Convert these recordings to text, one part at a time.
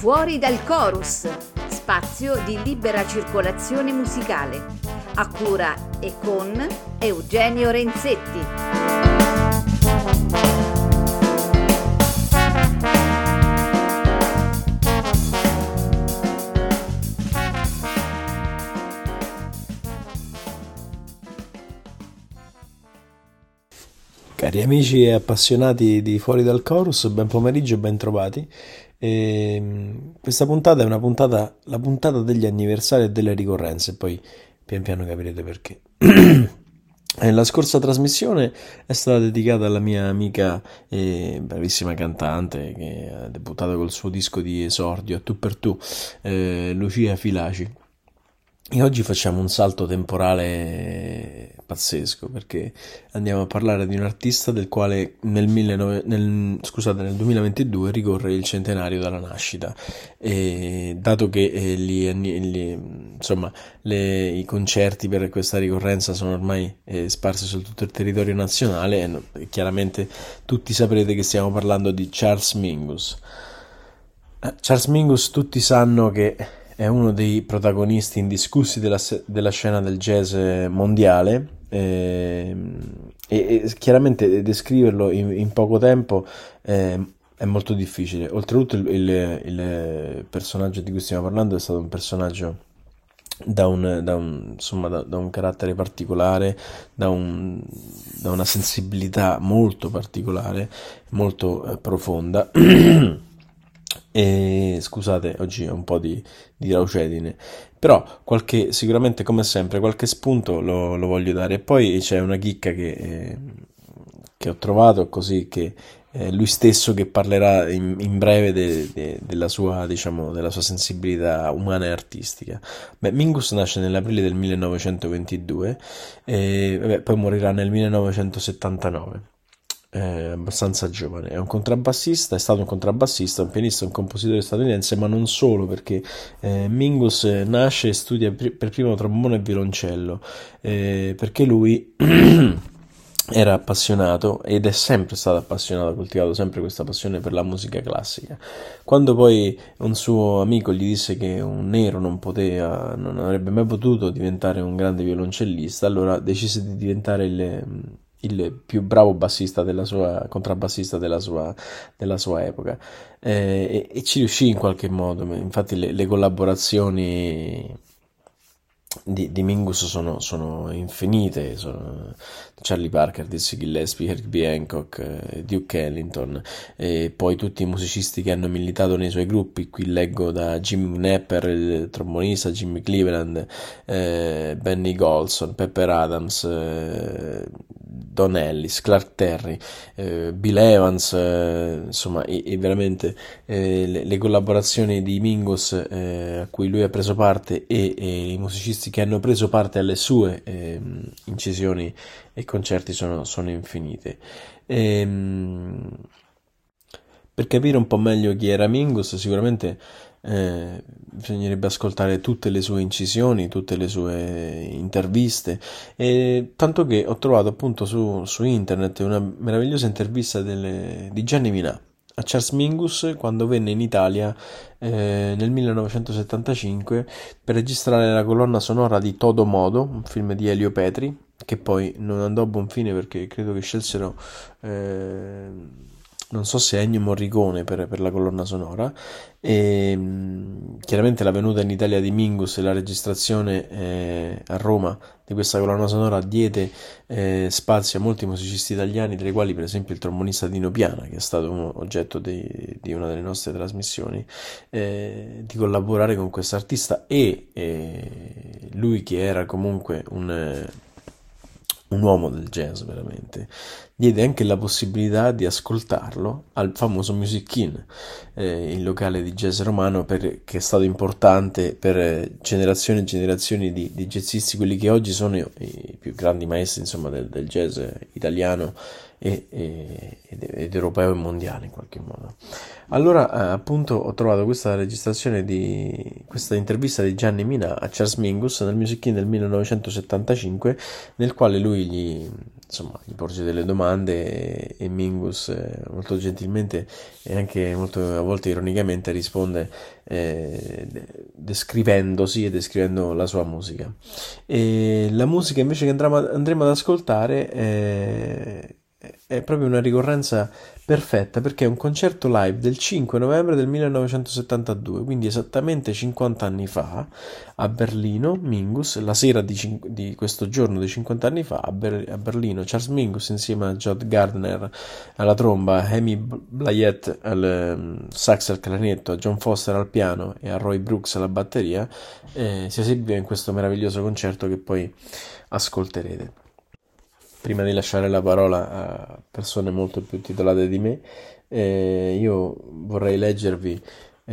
Fuori dal Chorus, spazio di libera circolazione musicale, a cura e con Eugenio Renzetti. Cari amici e appassionati di Fuori dal Chorus, buon pomeriggio e ben trovati. Questa puntata è la puntata degli anniversari e delle ricorrenze, poi pian piano capirete perché. La scorsa trasmissione è stata dedicata alla mia amica e bravissima cantante che ha debuttato col suo disco di esordio, A tu per tu, Lucia Filaci. E oggi facciamo un salto temporale pazzesco, perché andiamo a parlare di un artista del quale nel 2022 ricorre il centenario dalla nascita, e dato che i concerti per questa ricorrenza sono ormai sparsi su tutto il territorio nazionale, chiaramente tutti saprete che stiamo parlando di Charles Mingus. Charles Mingus, tutti sanno che è uno dei protagonisti indiscussi della scena del jazz mondiale, e chiaramente descriverlo in poco tempo è molto difficile. Oltretutto il personaggio di cui stiamo parlando è stato un personaggio da un carattere particolare, da una sensibilità molto particolare, molto profonda. E scusate, oggi ho un po' di raucedine, però sicuramente, come sempre, qualche spunto lo voglio dare. E poi c'è una chicca che ho trovato, così, che lui stesso che parlerà in breve della sua sensibilità umana e artistica. Mingus nasce nell'aprile del 1922 e poi morirà nel 1979. Abbastanza giovane. È stato un contrabbassista, un pianista, un compositore statunitense, ma non solo, perché Mingus nasce e studia per primo trombone e violoncello, perché lui era appassionato ed è sempre stato appassionato, ha coltivato sempre questa passione per la musica classica. Quando poi un suo amico gli disse che un nero non avrebbe mai potuto diventare un grande violoncellista, allora decise di diventare il più bravo contrabbassista della sua epoca, e ci riuscì in qualche modo. Infatti le collaborazioni di Mingus sono infinite. Charlie Parker, Dizzy Gillespie, Herbie Hancock, Duke Ellington, e poi tutti i musicisti che hanno militato nei suoi gruppi. Qui leggo da Jimmy Knapper, il trombonista, Jimmy Cleveland, Benny Golson, Pepper Adams, Don Ellis, Clark Terry, Bill Evans, insomma, e veramente le collaborazioni di Mingus a cui lui ha preso parte, e i musicisti che hanno preso parte alle sue incisioni e concerti sono infinite. Per capire un po' meglio chi era Mingus, sicuramente bisognerebbe ascoltare tutte le sue incisioni, tutte le sue interviste, tanto che ho trovato appunto su internet una meravigliosa intervista di Gianni Minà a Charles Mingus quando venne in Italia nel 1975 per registrare la colonna sonora di Todo Modo, un film di Elio Petri, che poi non andò a buon fine perché credo che scelsero non so se Ennio Morricone per la colonna sonora. E chiaramente la venuta in Italia di Mingus e la registrazione a Roma di questa colonna sonora diede spazio a molti musicisti italiani, tra i quali per esempio il trombonista Dino Piana, che è stato oggetto di una delle nostre trasmissioni, di collaborare con questo artista, e lui, che era comunque un uomo del jazz veramente, diede anche la possibilità di ascoltarlo al famoso Music Inn, il locale di jazz romano, che è stato importante per generazioni e generazioni di jazzisti, quelli che oggi sono i più grandi maestri, insomma, del jazz italiano ed europeo e mondiale in qualche modo. Allora appunto ho trovato questa registrazione di questa intervista di Gianni Minà a Charles Mingus nel Music Inn del 1975, nel quale lui insomma, gli porge delle domande e Mingus molto gentilmente e anche molto a volte ironicamente risponde descrivendosi e descrivendo la sua musica. E la musica invece che andremo ad ascoltare è proprio una ricorrenza perfetta, perché è un concerto live del 5 novembre del 1972, quindi esattamente 50 anni fa, a Berlino. Mingus, la sera di questo giorno di 50 anni fa, a Berlino, Charles Mingus insieme a John Gardner alla tromba, Amy Blayette al sax e al clarinetto, a John Foster al piano e a Roy Brooks alla batteria, si esibiva in questo meraviglioso concerto che poi ascolterete. Prima di lasciare la parola a persone molto più titolate di me, io vorrei leggervi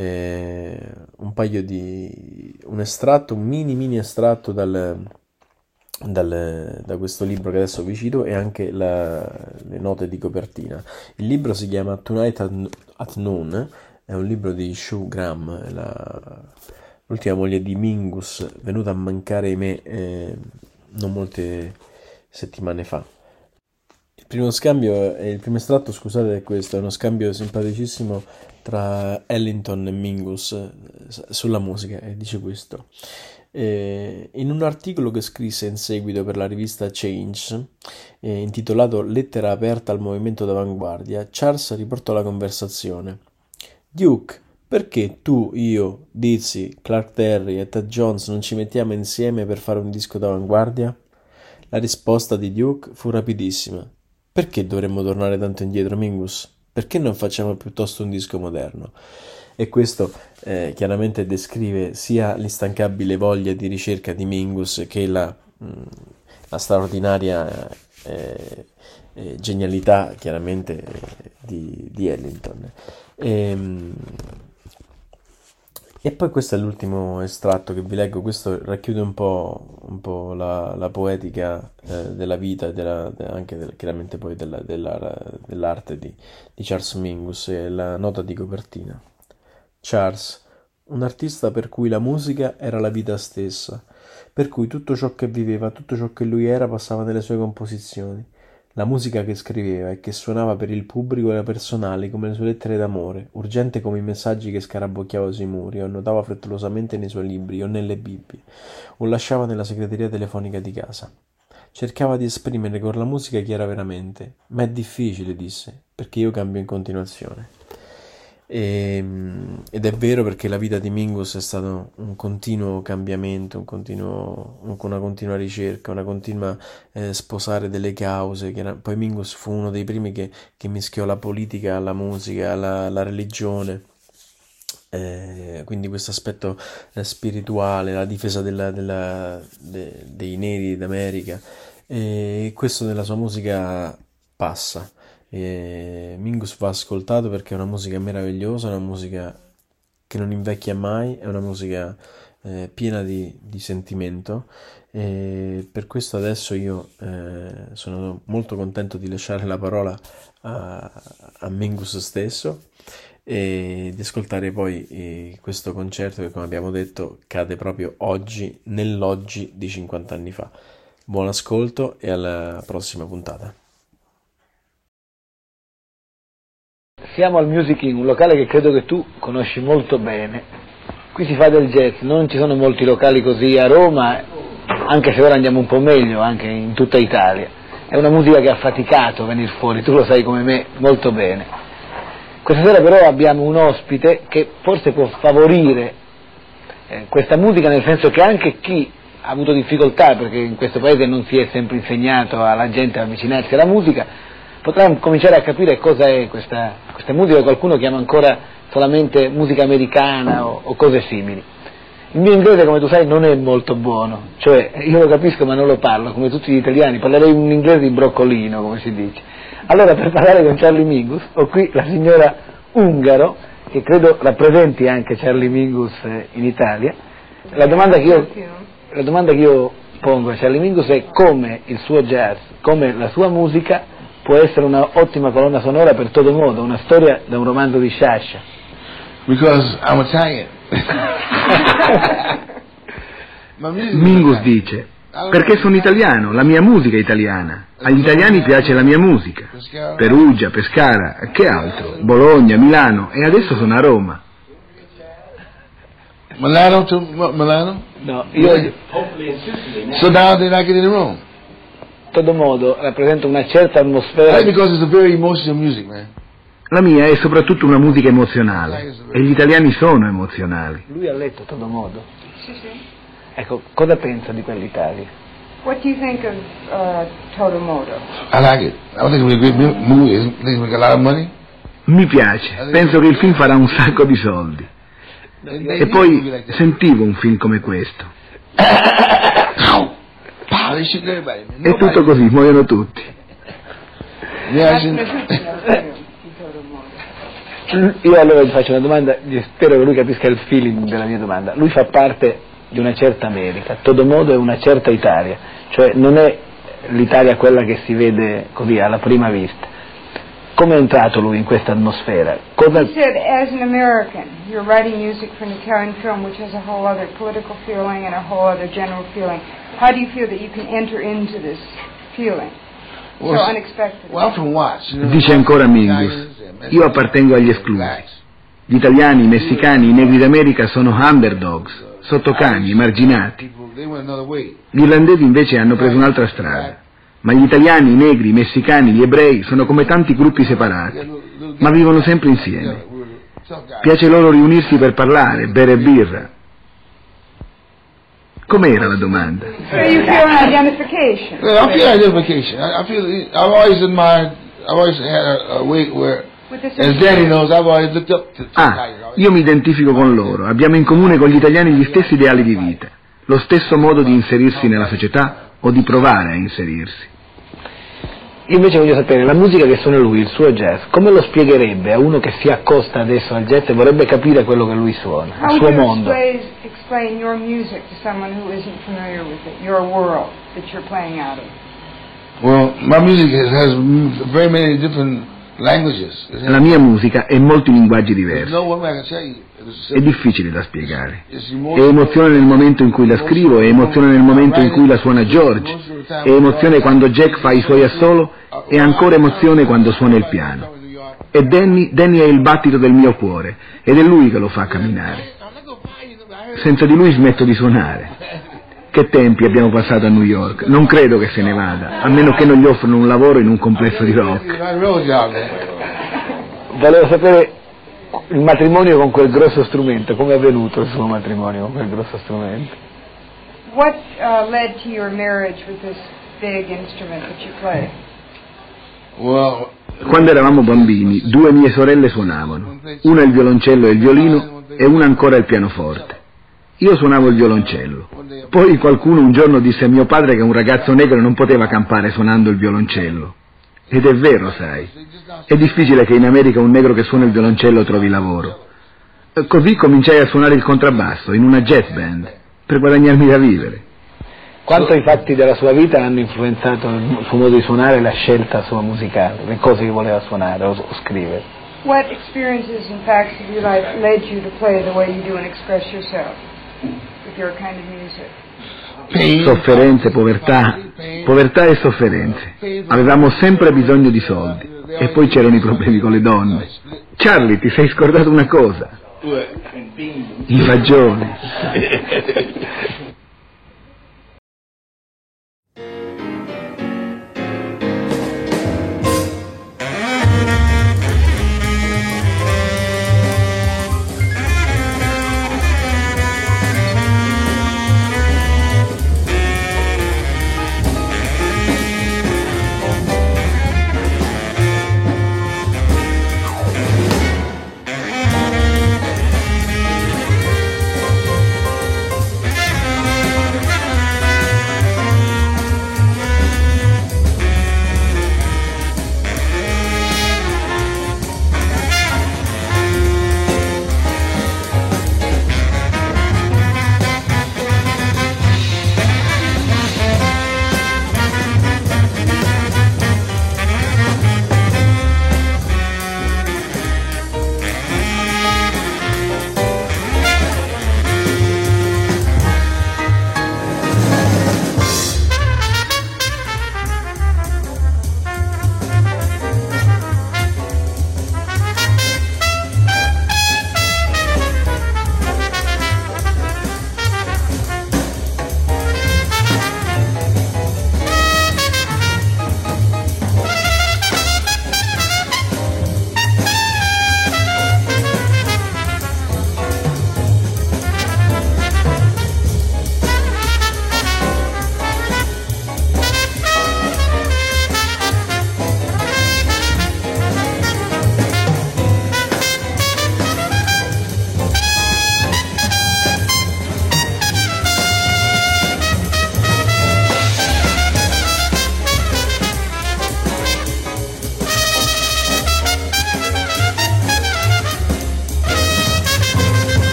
un estratto, un mini estratto da questo libro che adesso vi cito, e anche le note di copertina. Il libro si chiama Tonight at Noon, è un libro di Shue Graham, l'ultima moglie di Mingus, venuta a mancare non molte settimane fa. Il primo estratto, scusate, è questo, è uno scambio simpaticissimo tra Ellington e Mingus sulla musica, e dice questo. In un articolo che scrisse in seguito per la rivista Change, intitolato Lettera aperta al movimento d'avanguardia, Charles riportò la conversazione. Duke, perché tu, io, Dizzy, Clark Terry e Ted Jones non ci mettiamo insieme per fare un disco d'avanguardia? La risposta di Duke fu rapidissima. Perché dovremmo tornare tanto indietro, Mingus? Perché non facciamo piuttosto un disco moderno? E questo chiaramente descrive sia l'instancabile voglia di ricerca di Mingus che la straordinaria genialità, chiaramente, di Ellington. E poi questo è l'ultimo estratto che vi leggo. Questo racchiude un po' la poetica della vita e anche chiaramente poi dell'arte di Charles Mingus, e la nota di copertina. Charles, un artista per cui la musica era la vita stessa, per cui tutto ciò che viveva, tutto ciò che lui era passava nelle sue composizioni. La musica che scriveva e che suonava per il pubblico era personale come le sue lettere d'amore, urgente come i messaggi che scarabocchiava sui muri, o annotava frettolosamente nei suoi libri o nelle Bibbie, o lasciava nella segreteria telefonica di casa. Cercava di esprimere con la musica chi era veramente, ma è difficile, disse, perché io cambio in continuazione. Ed è vero, perché la vita di Mingus è stato un continuo cambiamento, una continua ricerca, una continua sposare delle cause. Poi Mingus fu uno dei primi che mischiò la politica alla musica, alla religione, quindi questo aspetto spirituale, la difesa dei neri d'America, e questo nella sua musica passa. Mingus va ascoltato perché è una musica meravigliosa, è una musica che non invecchia mai, è una musica piena di sentimento, e per questo adesso io sono molto contento di lasciare la parola a Mingus stesso e di ascoltare poi questo concerto che, come abbiamo detto, cade proprio oggi, nell'oggi di 50 anni fa. Buon ascolto e alla prossima puntata. Siamo al Music Inn, un locale che credo che tu conosci molto bene. Qui si fa del jazz, non ci sono molti locali così a Roma, anche se ora andiamo un po' meglio, anche in tutta Italia. È una musica che ha faticato a venire fuori, tu lo sai come me molto bene. Questa sera però abbiamo un ospite che forse può favorire questa musica, nel senso che anche chi ha avuto difficoltà, perché in questo paese non si è sempre insegnato alla gente a avvicinarsi alla musica, potrà cominciare a capire cosa è questa musica che qualcuno chiama ancora solamente musica americana o cose simili. Il mio inglese, come tu sai, non è molto buono, cioè io lo capisco ma non lo parlo, come tutti gli italiani, parlerei un inglese di broccolino, come si dice. Allora, per parlare con Charlie Mingus, ho qui la signora Ungaro, che credo rappresenti anche Charlie Mingus in Italia. La domanda che io pongo a Charlie Mingus è come il suo jazz, come la sua musica può essere una ottima colonna sonora per todo modo, una storia da un romanzo di Sciascia. Because I'm Italian. Mingus dice, Perché sono italiano, la mia musica è italiana. Agli italiani piace la mia musica. Perugia, Pescara, che altro? Bologna, Milano e adesso sono a Roma. Milano to Milano? No, io So now they're not getting in Rome. in todo modo rappresenta una certa atmosfera. That's because it's a very emotional music, man. La mia è soprattutto una musica emozionale e gli italiani sono emozionali. Lui ha letto todo modo. Sì, sì. Ecco, cosa pensa di quell'Italia? What do you think of Toto Moto? I like it. I don't think it's a great movie. I think it's make a lot of money. Mi piace, penso che il film farà un sacco di soldi. E poi sentivo un film come questo. Pow, they shoot everybody, man. È tutto così, muoiono tutti. Yeah, Io allora gli faccio una domanda, spero che lui capisca il feeling della mia domanda. Lui fa parte di una certa America, todo modo è una certa Italia, cioè non è l'Italia quella che si vede così alla prima vista. Come è entrato lui in questa atmosfera? He said, as an American, you're writing music for an Italian film which has a whole other political feeling and a whole other general feeling. How do you feel that you can enter into this feeling? So unexpected. Well, I'm from Watts. Dice ancora Mingus, io appartengo agli esclusi. Gli italiani, i messicani, i negri d'America sono underdogs, sottocani, emarginati. They went another way. Gli irlandesi invece hanno preso un'altra strada. Ma gli italiani, i negri, i messicani, gli ebrei sono come tanti gruppi separati, ma vivono sempre insieme. Piace loro riunirsi per parlare, bere birra. Com'era la domanda? So you feel an identification? Yeah, I feel identification. I feel I've always had a way where, With this as Danny knows, I've always looked up to Ah, io mi identifico con loro, abbiamo in comune con gli italiani gli stessi ideali di vita, lo stesso modo di inserirsi nella società o di provare a inserirsi. Io invece voglio sapere, la musica che suona lui, il suo jazz, come lo spiegherebbe a uno che si accosta adesso al jazz e vorrebbe capire quello che lui suona, il How suo would you mondo? explain your music to someone who isn't familiar with it, your world that you're playing out of? Well, my music has very many different languages. La mia musica è molti linguaggi There's diversi, no one way I can tell you. è difficile da spiegare. It's È emozione nel momento in cui la scrivo, è emozione nel momento in cui la suona George, è emozione quando Jack fa i suoi assolo, e ancora emozione quando suona il piano. E Danny è il battito del mio cuore, ed è lui che lo fa camminare. Senza di lui smetto di suonare. Che tempi abbiamo passato a New York, non credo che se ne vada, a meno che non gli offrano un lavoro in un complesso di rock. Volevo sapere il matrimonio con quel grosso strumento, come è avvenuto il suo matrimonio con quel grosso strumento? What led to your marriage with this big instrument that you play? Well, Quando eravamo bambini, due mie sorelle suonavano, una il violoncello e il violino e una ancora il pianoforte. Io suonavo il violoncello. Poi qualcuno un giorno disse a mio padre che un ragazzo negro non poteva campare suonando il violoncello. Ed è vero, sai. È difficile che in America un negro che suona il violoncello trovi lavoro. Così cominciai a suonare il contrabbasso in una jazz band, per guadagnarmi da vivere. Quanto i fatti della sua vita hanno influenzato il suo modo di suonare e la scelta sua musicale, le cose che voleva suonare o scrivere? What experiences and facts of your life led you to play the way you do and express yourself with your kind of music? Sofferenze, povertà e sofferenze. Avevamo sempre bisogno di soldi e poi c'erano i problemi con le donne. Charlie, ti sei scordato una cosa. I fagioli.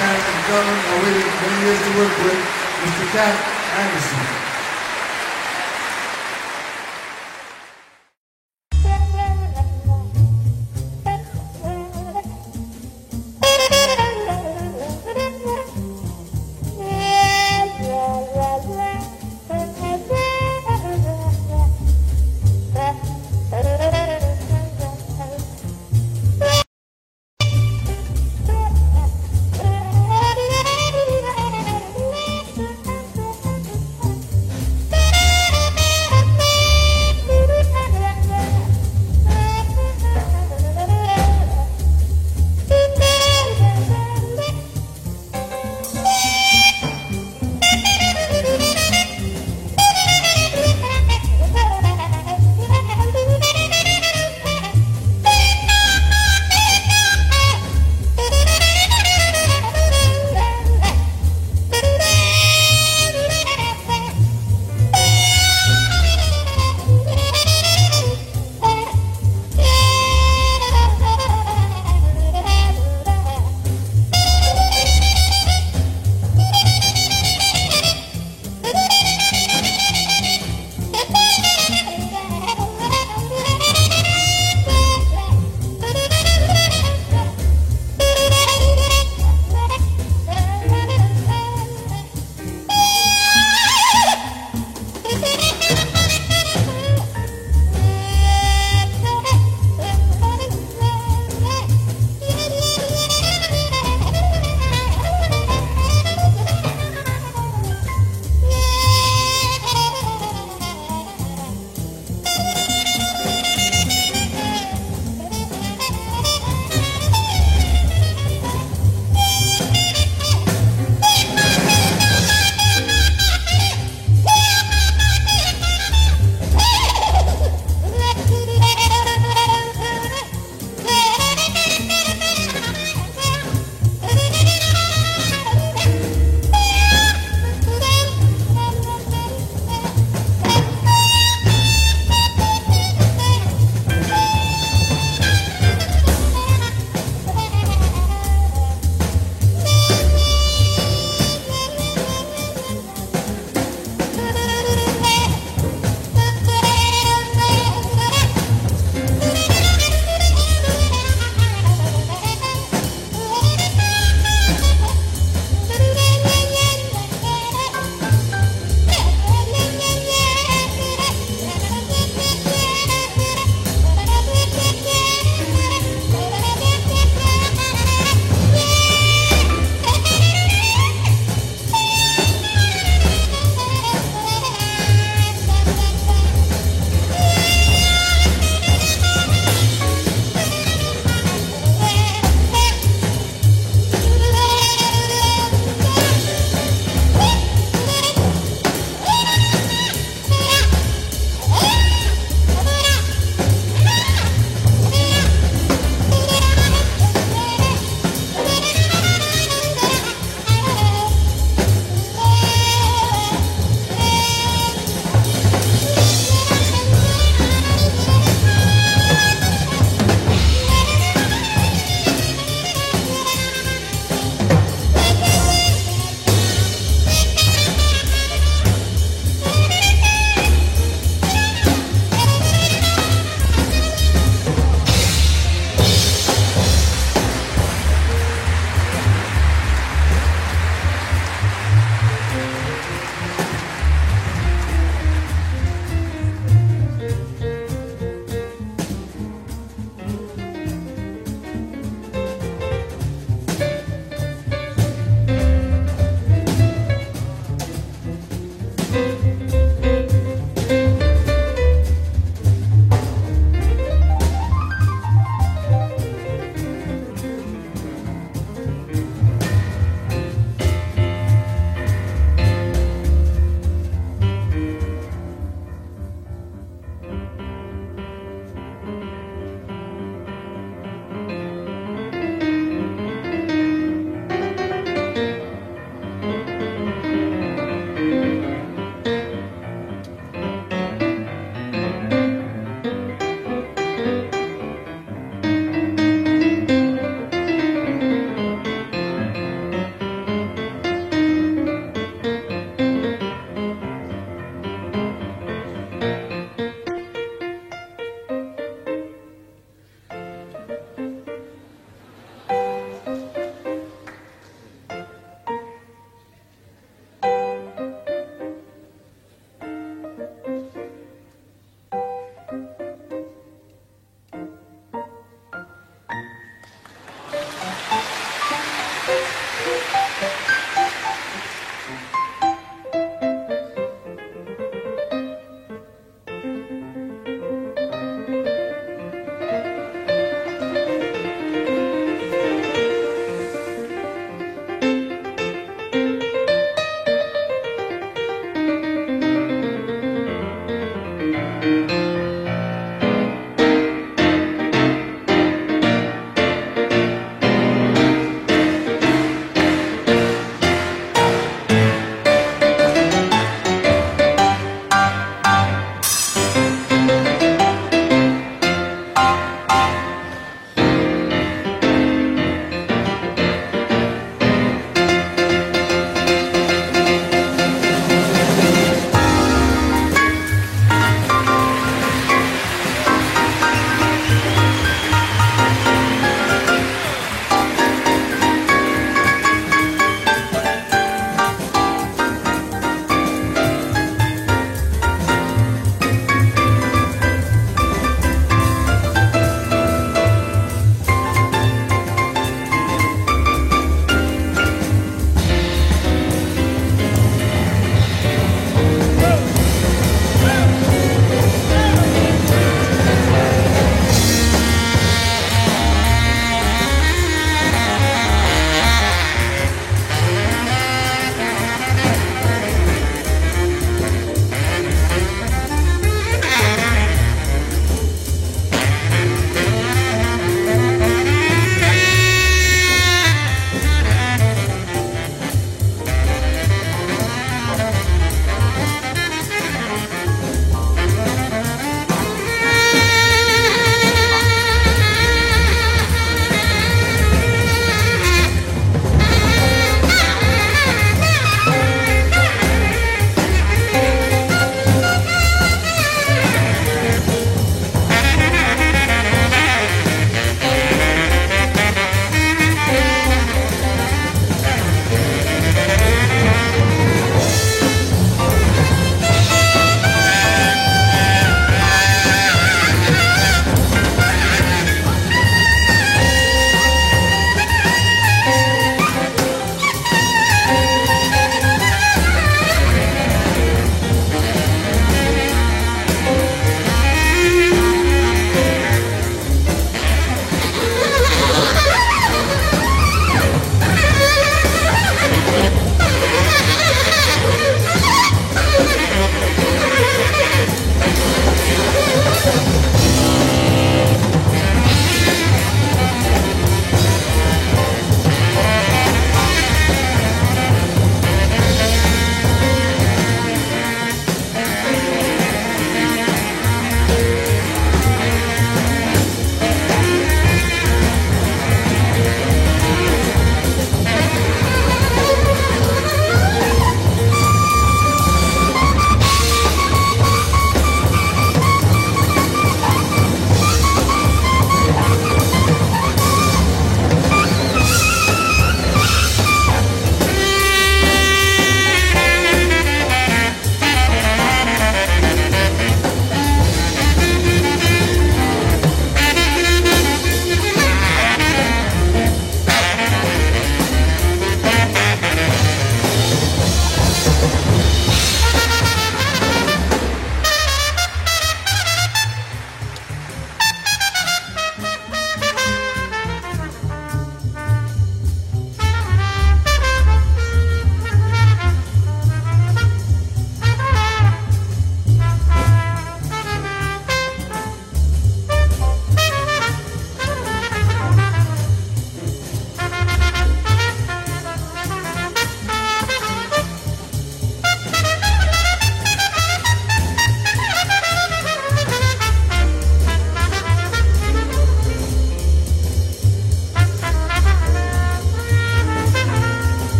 Sam and gentlemen, I waited many years to work with Mr. Cat Anderson.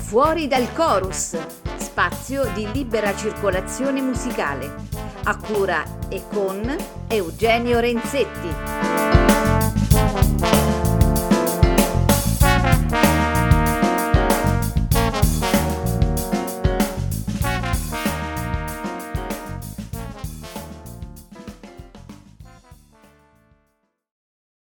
Fuori dal chorus, spazio di libera circolazione musicale, a cura e con Eugenio Renzetti.